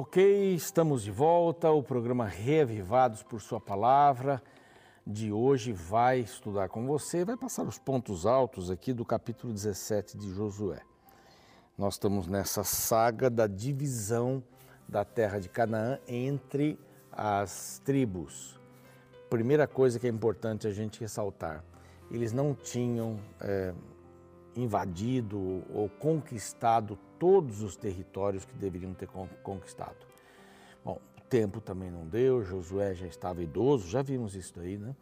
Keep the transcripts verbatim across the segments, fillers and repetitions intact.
Ok, estamos de volta. O programa Reavivados por Sua Palavra de hoje vai estudar com você, vai passar os pontos altos aqui do capítulo dezessete de Josué. Nós estamos nessa saga da divisão da terra de Canaã entre as tribos. Primeira coisa que é importante a gente ressaltar, eles não tinham é, invadido ou conquistado todos os territórios que deveriam ter conquistado. Bom, o tempo também não deu, Josué já estava idoso, já vimos isso daí, né?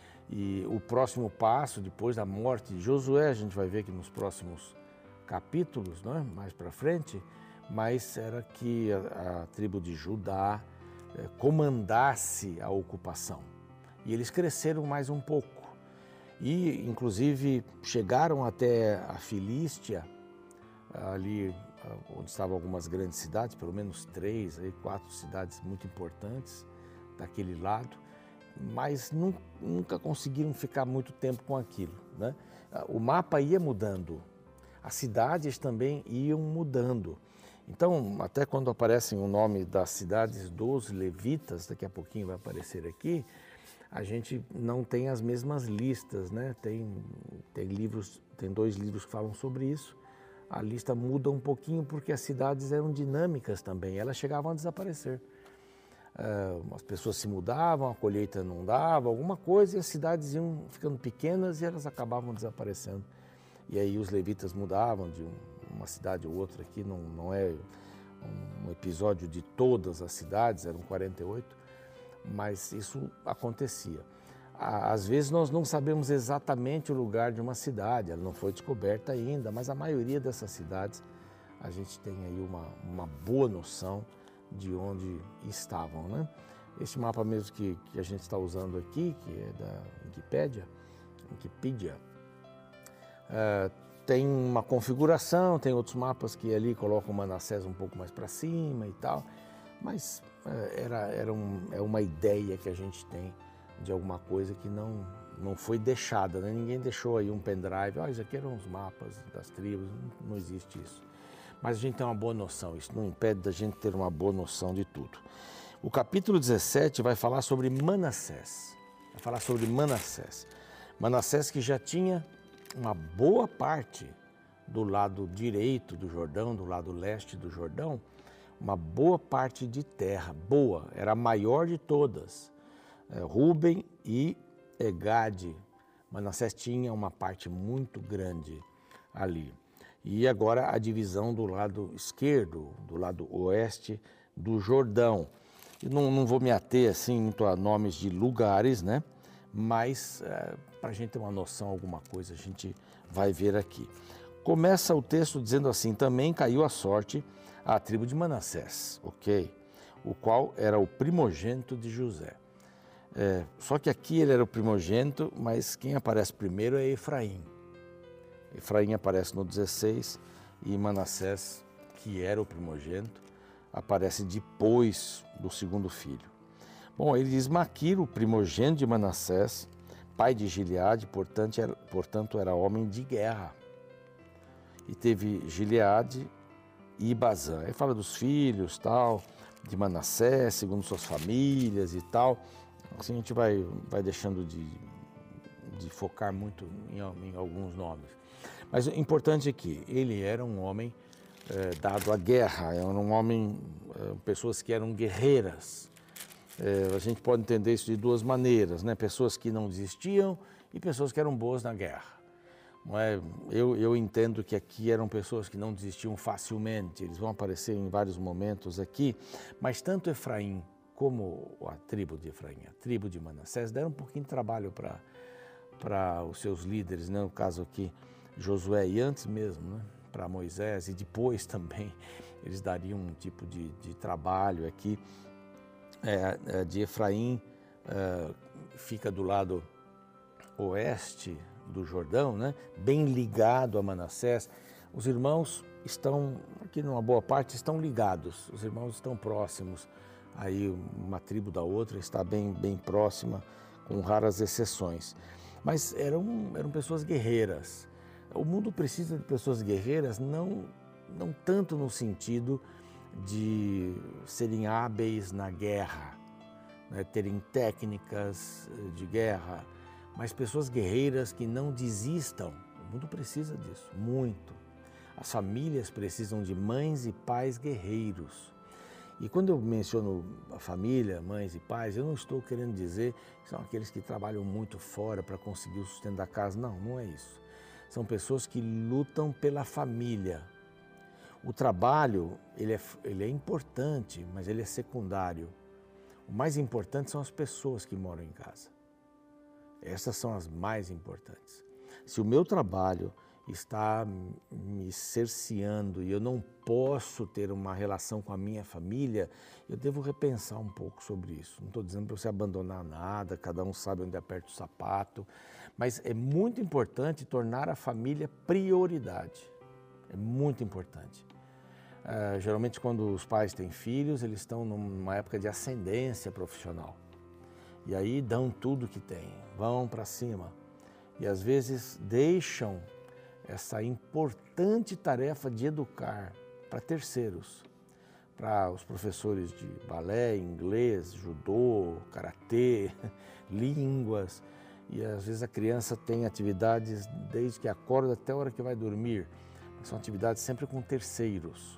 E o próximo passo, depois da morte de Josué, a gente vai ver que nos próximos capítulos, né, mais para frente, mas era que a, a tribo de Judá eh, comandasse a ocupação. E eles cresceram mais um pouco. E, inclusive, chegaram até a Filístia, ali onde estavam algumas grandes cidades, pelo menos três, aí, quatro cidades muito importantes daquele lado, mas nunca, nunca conseguiram ficar muito tempo com aquilo, né? O mapa ia mudando, as cidades também iam mudando. Então, até quando aparecem o nome das cidades dos levitas, daqui a pouquinho vai aparecer aqui, a gente não tem as mesmas listas, né? Tem, tem livros, tem dois livros que falam sobre isso. A lista muda um pouquinho porque as cidades eram dinâmicas também, elas chegavam a desaparecer. Uh, as pessoas se mudavam, a colheita não dava, alguma coisa, e as cidades iam ficando pequenas e elas acabavam desaparecendo. E aí os levitas mudavam de um, uma cidade ou outra aqui, não, não é um episódio de todas as cidades, eram quarenta e oito, mas isso acontecia. Às vezes nós não sabemos exatamente o lugar de uma cidade, ela não foi descoberta ainda, mas a maioria dessas cidades a gente tem aí uma, uma boa noção de onde estavam, né? Esse mapa mesmo que, que a gente está usando aqui, que é da Wikipédia, Wikipedia, uh, tem uma configuração, tem outros mapas que ali colocam Manassés um pouco mais para cima e tal, mas uh, era, era um, é uma ideia que a gente tem de alguma coisa que não, não foi deixada, né? Ninguém deixou aí um pendrive, ah, isso aqui eram os mapas das tribos, não, não existe isso. Mas a gente tem uma boa noção, isso não impede da gente ter uma boa noção de tudo. O capítulo dezessete vai falar sobre Manassés, vai falar sobre Manassés. Manassés que já tinha uma boa parte do lado direito do Jordão, do lado leste do Jordão, uma boa parte de terra, boa, era a maior de todas. Rúben e Gade, Manassés tinha uma parte muito grande ali. E agora a divisão do lado esquerdo, do lado oeste do Jordão. Eu não, não vou me ater assim muito a nomes de lugares, né? Mas é, para a gente ter uma noção, alguma coisa, a gente vai ver aqui. Começa o texto dizendo assim: também caiu a sorte à tribo de Manassés, ok? O qual era o primogênito de José. É, só que aqui ele era o primogênito, mas quem aparece primeiro é Efraim. Efraim aparece no dezesseis e Manassés, que era o primogênito, aparece depois do segundo filho. Bom, ele diz: Maquir, o primogênito de Manassés, pai de Gileade, portanto era, portanto era homem de guerra. E teve Gileade e Bazã. Aí fala dos filhos, tal, de Manassés, segundo suas famílias e tal. Assim a gente vai, vai deixando de, de focar muito em, em alguns nomes. Mas o importante é que ele era um homem é, dado à guerra, era um homem, é, pessoas que eram guerreiras. É, a gente pode entender isso de duas maneiras, né? Pessoas que não desistiam e pessoas que eram boas na guerra. Não é? eu, eu entendo que aqui eram pessoas que não desistiam facilmente, eles vão aparecer em vários momentos aqui, mas tanto Efraim como a tribo de Efraim, a tribo de Manassés, deram um pouquinho de trabalho para para os seus líderes, né? No caso aqui, Josué, e antes mesmo, né? Para Moisés, e depois também eles dariam um tipo de, de trabalho aqui. É, é, de Efraim, é, fica do lado oeste do Jordão, né? Bem ligado a Manassés. Os irmãos estão, aqui numa boa parte, estão ligados, os irmãos estão próximos. Aí uma tribo da outra está bem, bem próxima, com raras exceções. Mas eram, eram pessoas guerreiras. O mundo precisa de pessoas guerreiras, não, não tanto no sentido de serem hábeis na guerra, né, terem técnicas de guerra, mas pessoas guerreiras que não desistam. O mundo precisa disso, muito. As famílias precisam de mães e pais guerreiros. E quando eu menciono a família, mães e pais, eu não estou querendo dizer que são aqueles que trabalham muito fora para conseguir o sustento da casa. Não, não é isso. São pessoas que lutam pela família. O trabalho, ele é, ele é importante, mas ele é secundário. O mais importante são as pessoas que moram em casa. Essas são as mais importantes. Se o meu trabalho está me cerceando e eu não posso ter uma relação com a minha família, eu devo repensar um pouco sobre isso. Não estou dizendo para você abandonar nada, cada um sabe onde aperta o sapato, mas é muito importante tornar a família prioridade. É muito importante. Uh, geralmente quando os pais têm filhos, eles estão numa época de ascendência profissional. E aí dão tudo que têm, vão para cima. E às vezes deixam essa importante tarefa de educar para terceiros, para os professores de balé, inglês, judô, karatê, línguas. E às vezes a criança tem atividades desde que acorda até a hora que vai dormir. São atividades sempre com terceiros.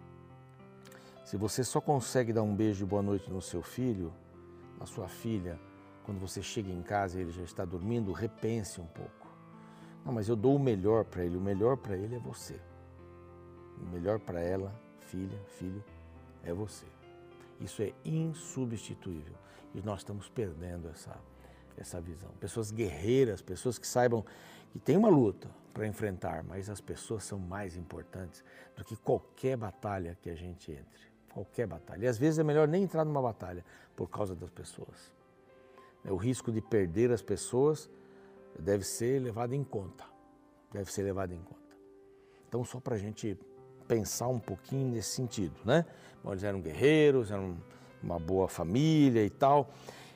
Se você só consegue dar um beijo de boa noite no seu filho, na sua filha, quando você chega em casa e ele já está dormindo, repense um pouco. Não, mas eu dou o melhor para ele, o melhor para ele é você. O melhor para ela, filha, filho, é você. Isso é insubstituível e nós estamos perdendo essa, essa visão. Pessoas guerreiras, pessoas que saibam que tem uma luta para enfrentar, mas as pessoas são mais importantes do que qualquer batalha que a gente entre. Qualquer batalha. E às vezes é melhor nem entrar numa batalha por causa das pessoas. O risco de perder as pessoas deve ser levado em conta. Deve ser levado em conta. Então, só para a gente pensar um pouquinho nesse sentido, né? Bom, eles eram guerreiros, eram uma boa família e tal.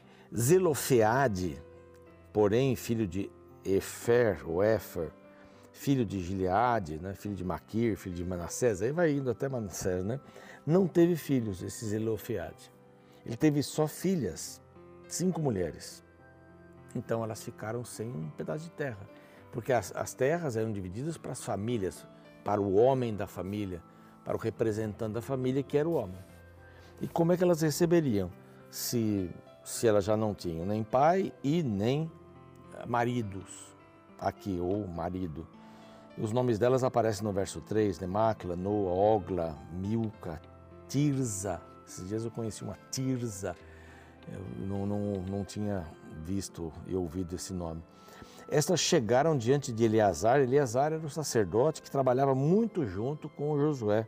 Zelofeade, porém, filho de Efer, ou Éfer, filho de Gileade, né? Filho de Maquir, filho de Manassés, aí vai indo até Manassés, né? Não teve filhos, esse Zelofeade. Ele teve só filhas, cinco mulheres. Então elas ficaram sem um pedaço de terra, porque as, as terras eram divididas para as famílias, para o homem da família, para o representante da família, que era o homem. E como é que elas receberiam se, se elas já não tinham nem pai e nem maridos aqui, ou marido? Os nomes delas aparecem no verso três, né? Macla, Noa, Ogla, Milca, Tirza. Esses dias eu conheci uma Tirza, eu não, não, não tinha visto e ouvido esse nome. Estas chegaram diante de Eleazar. Eleazar era o sacerdote que trabalhava muito junto com Josué.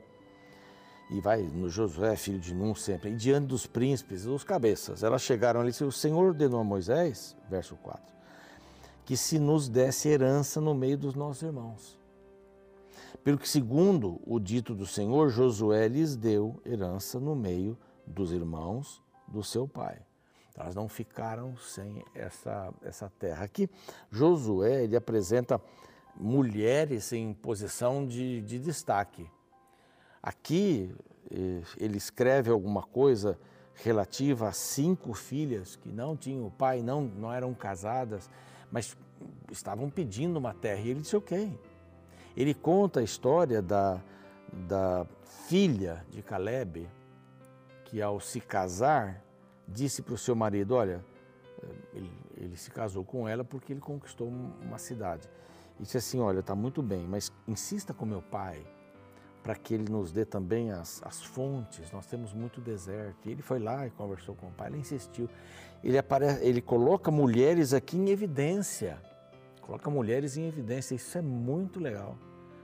E vai no Josué, filho de Nun sempre, e diante dos príncipes, os cabeças. Elas chegaram ali e disseram: o Senhor ordenou a Moisés, verso quatro, que se nos desse herança no meio dos nossos irmãos. Pelo que, segundo o dito do Senhor, Josué lhes deu herança no meio dos irmãos do seu pai. Então, elas não ficaram sem essa, essa terra. Aqui, Josué, ele apresenta mulheres em posição de, de destaque. Aqui, ele escreve alguma coisa relativa a cinco filhas que não tinham pai, não, não eram casadas, mas estavam pedindo uma terra. E ele disse: ok. Ele conta a história da, da filha de Calebe, que ao se casar, disse para o seu marido: olha, ele, ele se casou com ela porque ele conquistou uma cidade. E disse assim: olha, está muito bem, mas insista com meu pai para que ele nos dê também as, as fontes, nós temos muito deserto. E ele foi lá e conversou com o pai, ele insistiu. Ele, aparece, ele coloca mulheres aqui em evidência, coloca mulheres em evidência, isso é muito legal.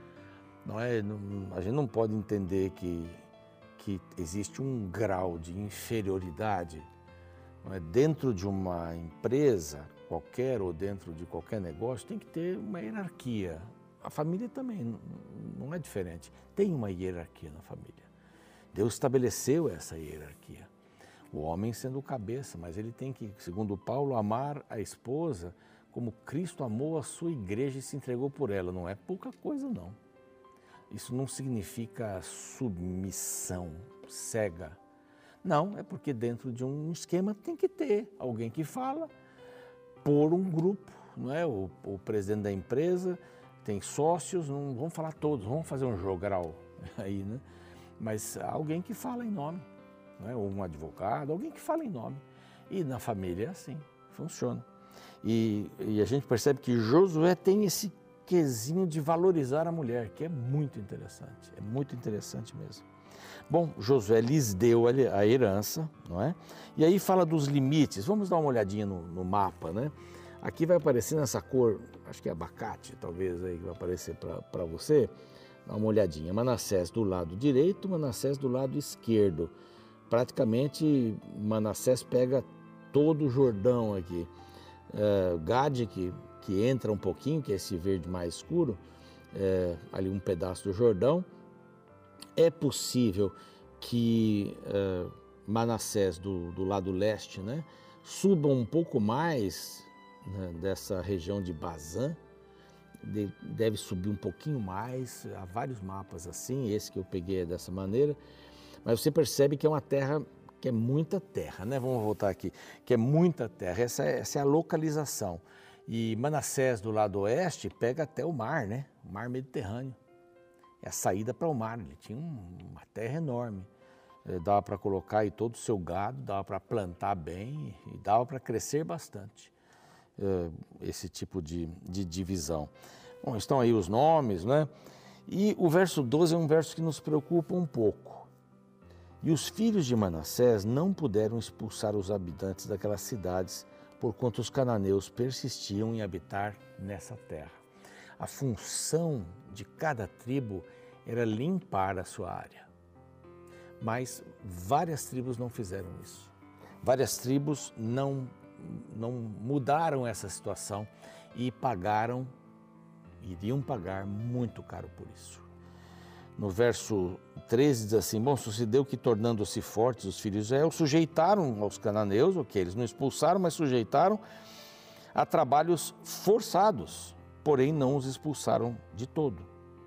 Não é, não, a gente não pode entender que, que existe um grau de inferioridade, não é? Dentro de uma empresa qualquer ou dentro de qualquer negócio tem que ter uma hierarquia. A família também não é diferente, tem uma hierarquia na família. Deus estabeleceu essa hierarquia. O homem sendo o cabeça, mas ele tem que, segundo Paulo, amar a esposa como Cristo amou a sua igreja e se entregou por ela. Não é pouca coisa, não. isso não significa submissão cega. Não, é porque dentro de um esquema tem que ter alguém que fala por um grupo, não é? O, o presidente da empresa tem sócios, não vamos falar todos, vamos fazer um jogral aí, né? Mas alguém que fala em nome, não é? Ou um advogado, alguém que fala em nome. E na família é assim, funciona. E, e a gente percebe que Josué tem esse quesinho de valorizar a mulher, que é muito interessante, é muito interessante mesmo. Bom, Josué lhes deu a herança, não é? E aí fala dos limites, vamos dar uma olhadinha no, no mapa, né? Aqui vai aparecer nessa cor, acho que é abacate, talvez aí que vai aparecer para você, dá uma olhadinha. Manassés do lado direito, Manassés do lado esquerdo. Praticamente Manassés pega todo o Jordão aqui. Uh, Gade, que, que entra um pouquinho, que é esse verde mais escuro, é, ali um pedaço do Jordão. É possível que uh, Manassés do, do lado leste, né, suba um pouco mais, né, dessa região de Bazã, de, deve subir um pouquinho mais, há vários mapas assim, esse que eu peguei é dessa maneira, mas você percebe que é uma terra que é muita terra, né? Vamos voltar aqui, que é muita terra, essa é, essa é a localização. E Manassés do lado oeste pega até o mar, né? O mar Mediterrâneo. É a saída para o mar, ele tinha um, uma terra enorme. É, dava para colocar aí todo o seu gado, dava para plantar bem e dava para crescer bastante. É, esse tipo de, de divisão. Bom, estão aí os nomes, né? E o verso doze é um verso que nos preocupa um pouco. E os filhos de Manassés não puderam expulsar os habitantes daquelas cidades, porquanto os cananeus persistiam em habitar nessa terra. A função de cada tribo era limpar a sua área. Mas várias tribos não fizeram isso. Várias tribos não, não mudaram essa situação e pagaram, iriam pagar muito caro por isso. No verso treze diz assim, bom, sucedeu que tornando-se fortes os filhos de Israel, sujeitaram aos cananeus, o que eles não expulsaram, mas sujeitaram a trabalhos forçados, porém não os expulsaram de todo.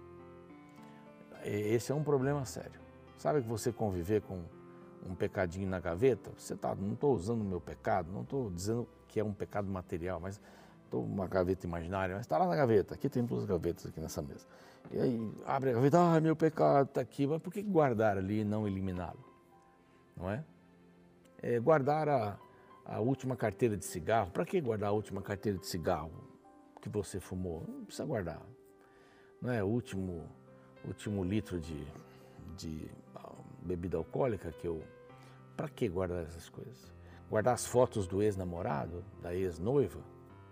Esse é um problema sério. Sabe que você conviver com um pecadinho na gaveta, você tá, não estou usando o meu pecado, não estou dizendo que é um pecado material, mas estou uma gaveta imaginária, mas está lá na gaveta, aqui tem duas gavetas aqui nessa mesa. E aí abre a gaveta, ah, meu pecado está aqui, mas por que guardar ali e não eliminá-lo? Não é? É guardar a, a última carteira de cigarro, para que guardar a última carteira de cigarro que você fumou? Não precisa guardar. Não é o último, último litro de, de bebida alcoólica que eu... Para que guardar essas coisas? Guardar as fotos do ex-namorado, da ex-noiva,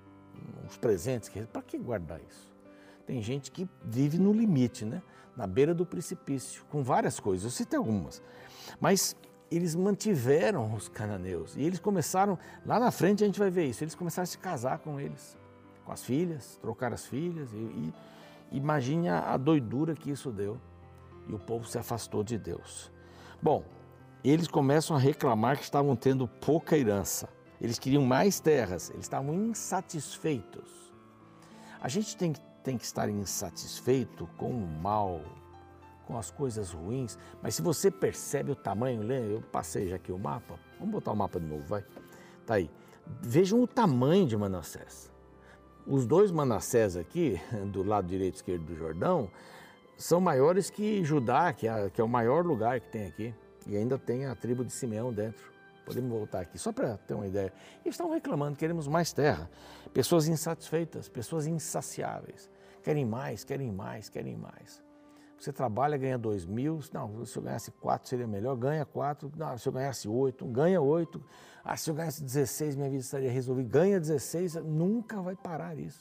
os presentes, que para que guardar isso? Tem gente que vive no limite, né? Na beira do precipício, com várias coisas, eu citei algumas. Mas eles mantiveram os cananeus e eles começaram, lá na frente a gente vai ver isso, eles começaram a se casar com eles, com as filhas, trocar as filhas, e, e imagine a, a doidura que isso deu. E o povo se afastou de Deus. Bom, eles começam a reclamar que estavam tendo pouca herança. Eles queriam mais terras, eles estavam insatisfeitos. A gente tem que, tem que estar insatisfeito com o mal, com as coisas ruins, mas se você percebe o tamanho, eu passei já aqui o mapa, vamos botar o mapa de novo, vai. Tá aí. Vejam o tamanho de Manassés. Os dois Manassés aqui, do lado direito e esquerdo do Jordão, são maiores que Judá, que é, que é o maior lugar que tem aqui. E ainda tem a tribo de Simeão dentro. Podemos voltar aqui, só para ter uma ideia. Eles estão reclamando, queremos mais terra. Pessoas insatisfeitas, pessoas insaciáveis. Querem mais, querem mais, querem mais. Você trabalha, ganha dois mil, não, se eu ganhasse quatro seria melhor, ganha quatro, não, se eu ganhasse oito, ganha oito. Ah, se eu ganhasse dezesseis, minha vida estaria resolvida. Ganha dezesseis, nunca vai parar isso.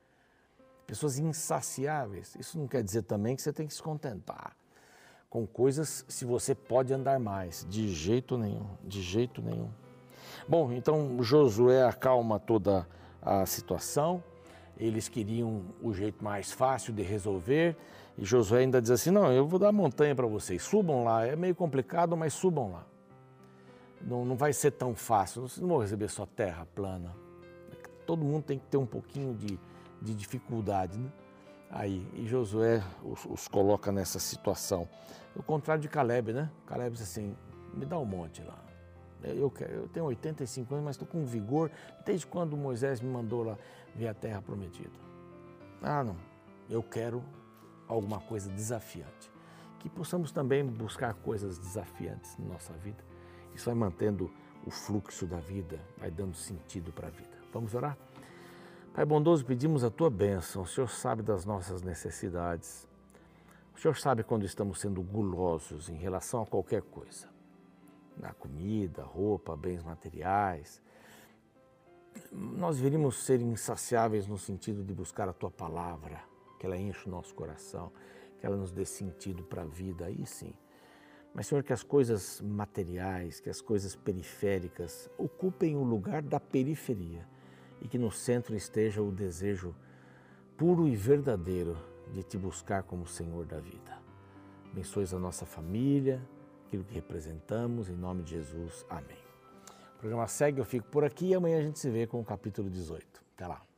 Pessoas insaciáveis, isso não quer dizer também que você tem que se contentar com coisas se você pode andar mais, de jeito nenhum, de jeito nenhum. Bom, então Josué acalma toda a situação, eles queriam o jeito mais fácil de resolver, e Josué ainda diz assim, não, eu vou dar montanha para vocês, subam lá, é meio complicado, mas subam lá. Não, não vai ser tão fácil, vocês não vão receber só terra plana. Todo mundo tem que ter um pouquinho de, de dificuldade, né? aí. E Josué os, os coloca nessa situação. O contrário de Caleb, né? Caleb diz assim, me dá um monte lá. Eu, quero, eu tenho oitenta e cinco anos, mas estou com vigor desde quando Moisés me mandou lá ver a terra prometida. Ah, não. Eu quero alguma coisa desafiante. Que possamos também buscar coisas desafiantes na nossa vida. Isso vai mantendo o fluxo da vida, vai dando sentido para a vida. Vamos orar? Pai bondoso, pedimos a Tua bênção. O Senhor sabe das nossas necessidades. O Senhor sabe quando estamos sendo gulosos em relação a qualquer coisa. Na comida, roupa, bens materiais. Nós deveríamos ser insaciáveis no sentido de buscar a Tua palavra, que ela enche o nosso coração, que ela nos dê sentido para a vida, aí sim. Mas, Senhor, que as coisas materiais, que as coisas periféricas ocupem o lugar da periferia e que no centro esteja o desejo puro e verdadeiro de Te buscar como Senhor da vida. Abençoe a nossa família, aquilo que representamos, em nome de Jesus. Amém. O programa segue, eu fico por aqui e amanhã a gente se vê com o capítulo dezoito. Até lá.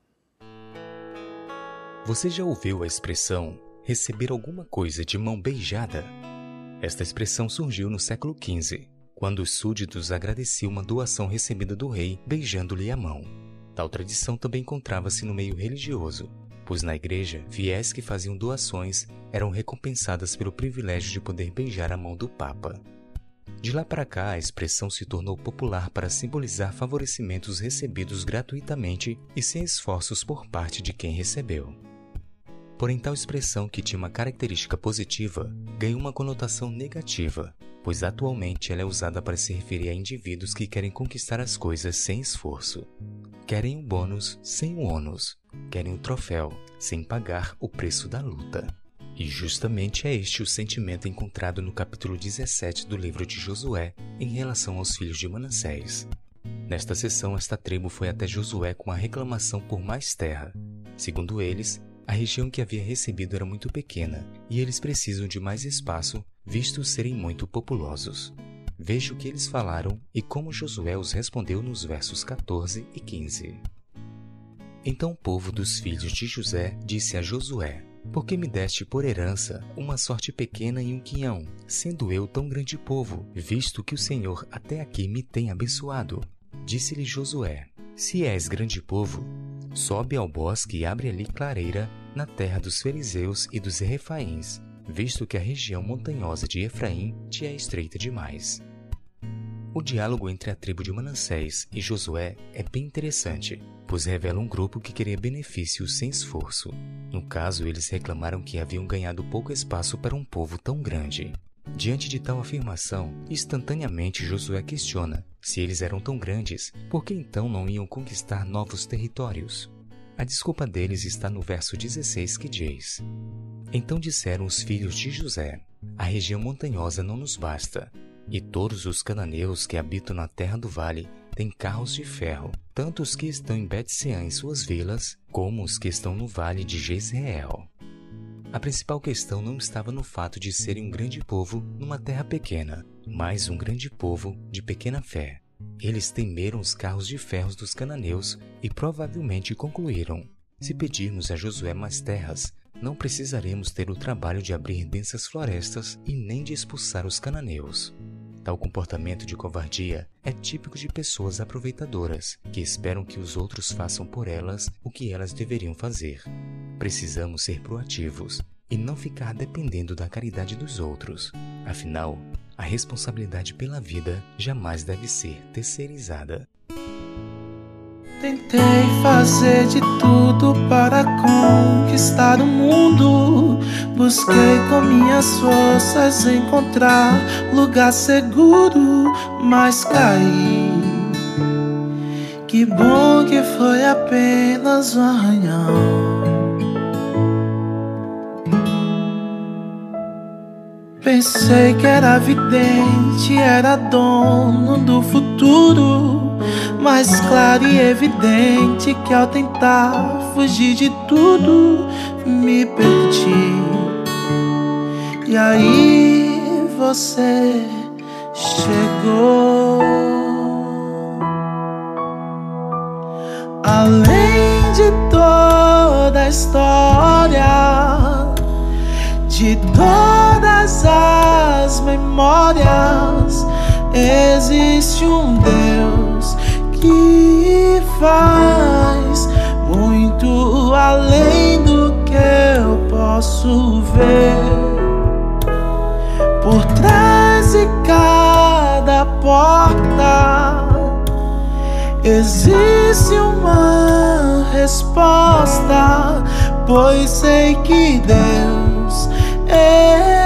Você já ouviu a expressão receber alguma coisa de mão beijada? Esta expressão surgiu no século quinze, quando os súditos agradeciam uma doação recebida do rei beijando-lhe a mão. Tal tradição também encontrava-se no meio religioso, pois na igreja, fiéis que faziam doações eram recompensadas pelo privilégio de poder beijar a mão do Papa. De lá para cá, a expressão se tornou popular para simbolizar favorecimentos recebidos gratuitamente e sem esforços por parte de quem recebeu. Porém, tal expressão, que tinha uma característica positiva, ganhou uma conotação negativa, pois atualmente ela é usada para se referir a indivíduos que querem conquistar as coisas sem esforço. Querem um bônus sem o ônus, querem um troféu sem pagar o preço da luta. E justamente é este o sentimento encontrado no capítulo dezessete do livro de Josué em relação aos filhos de Manassés. Nesta sessão, esta tribo foi até Josué com a reclamação por mais terra. Segundo eles, a região que havia recebido era muito pequena e eles precisam de mais espaço, visto serem muito populosos. Veja o que eles falaram e como Josué os respondeu nos versos quatorze e quinze. Então o povo dos filhos de José disse a Josué: Por que me deste por herança uma sorte pequena e um quinhão, sendo eu tão grande povo, visto que o Senhor até aqui me tem abençoado? Disse-lhe Josué: Se és grande povo, sobe ao bosque e abre ali clareira na terra dos fariseus e dos refaíns, visto que a região montanhosa de Efraim te é estreita demais. O diálogo entre a tribo de Manassés e Josué é bem interessante, pois revela um grupo que queria benefícios sem esforço. No caso, eles reclamaram que haviam ganhado pouco espaço para um povo tão grande. Diante de tal afirmação, instantaneamente Josué questiona: se eles eram tão grandes, por que então não iam conquistar novos territórios? A desculpa deles está no verso dezesseis, que diz: Então disseram os filhos de José: A região montanhosa não nos basta, e todos os cananeus que habitam na terra do vale têm carros de ferro, tanto os que estão em Bet-Seã em suas vilas, como os que estão no vale de Jezreel. A principal questão não estava no fato de serem um grande povo numa terra pequena, mas um grande povo de pequena fé. Eles temeram os carros de ferro dos cananeus e provavelmente concluíram: se pedirmos a Josué mais terras, não precisaremos ter o trabalho de abrir densas florestas e nem de expulsar os cananeus. Tal comportamento de covardia é típico de pessoas aproveitadoras, que esperam que os outros façam por elas o que elas deveriam fazer. Precisamos ser proativos e não ficar dependendo da caridade dos outros. Afinal, a responsabilidade pela vida jamais deve ser terceirizada. Tentei fazer de tudo para conquistar o mundo. Busquei com minhas forças encontrar lugar seguro, mas caí. Que bom que foi apenas um arranhão. Pensei que era vidente, era dono do futuro, mas claro e evidente que ao tentar fugir de tudo, me perdi. E aí você chegou. Além de toda a história de todas as memórias, existe um Deus que faz muito além do que eu posso ver. Por trás de cada porta existe uma resposta, pois sei que Deus é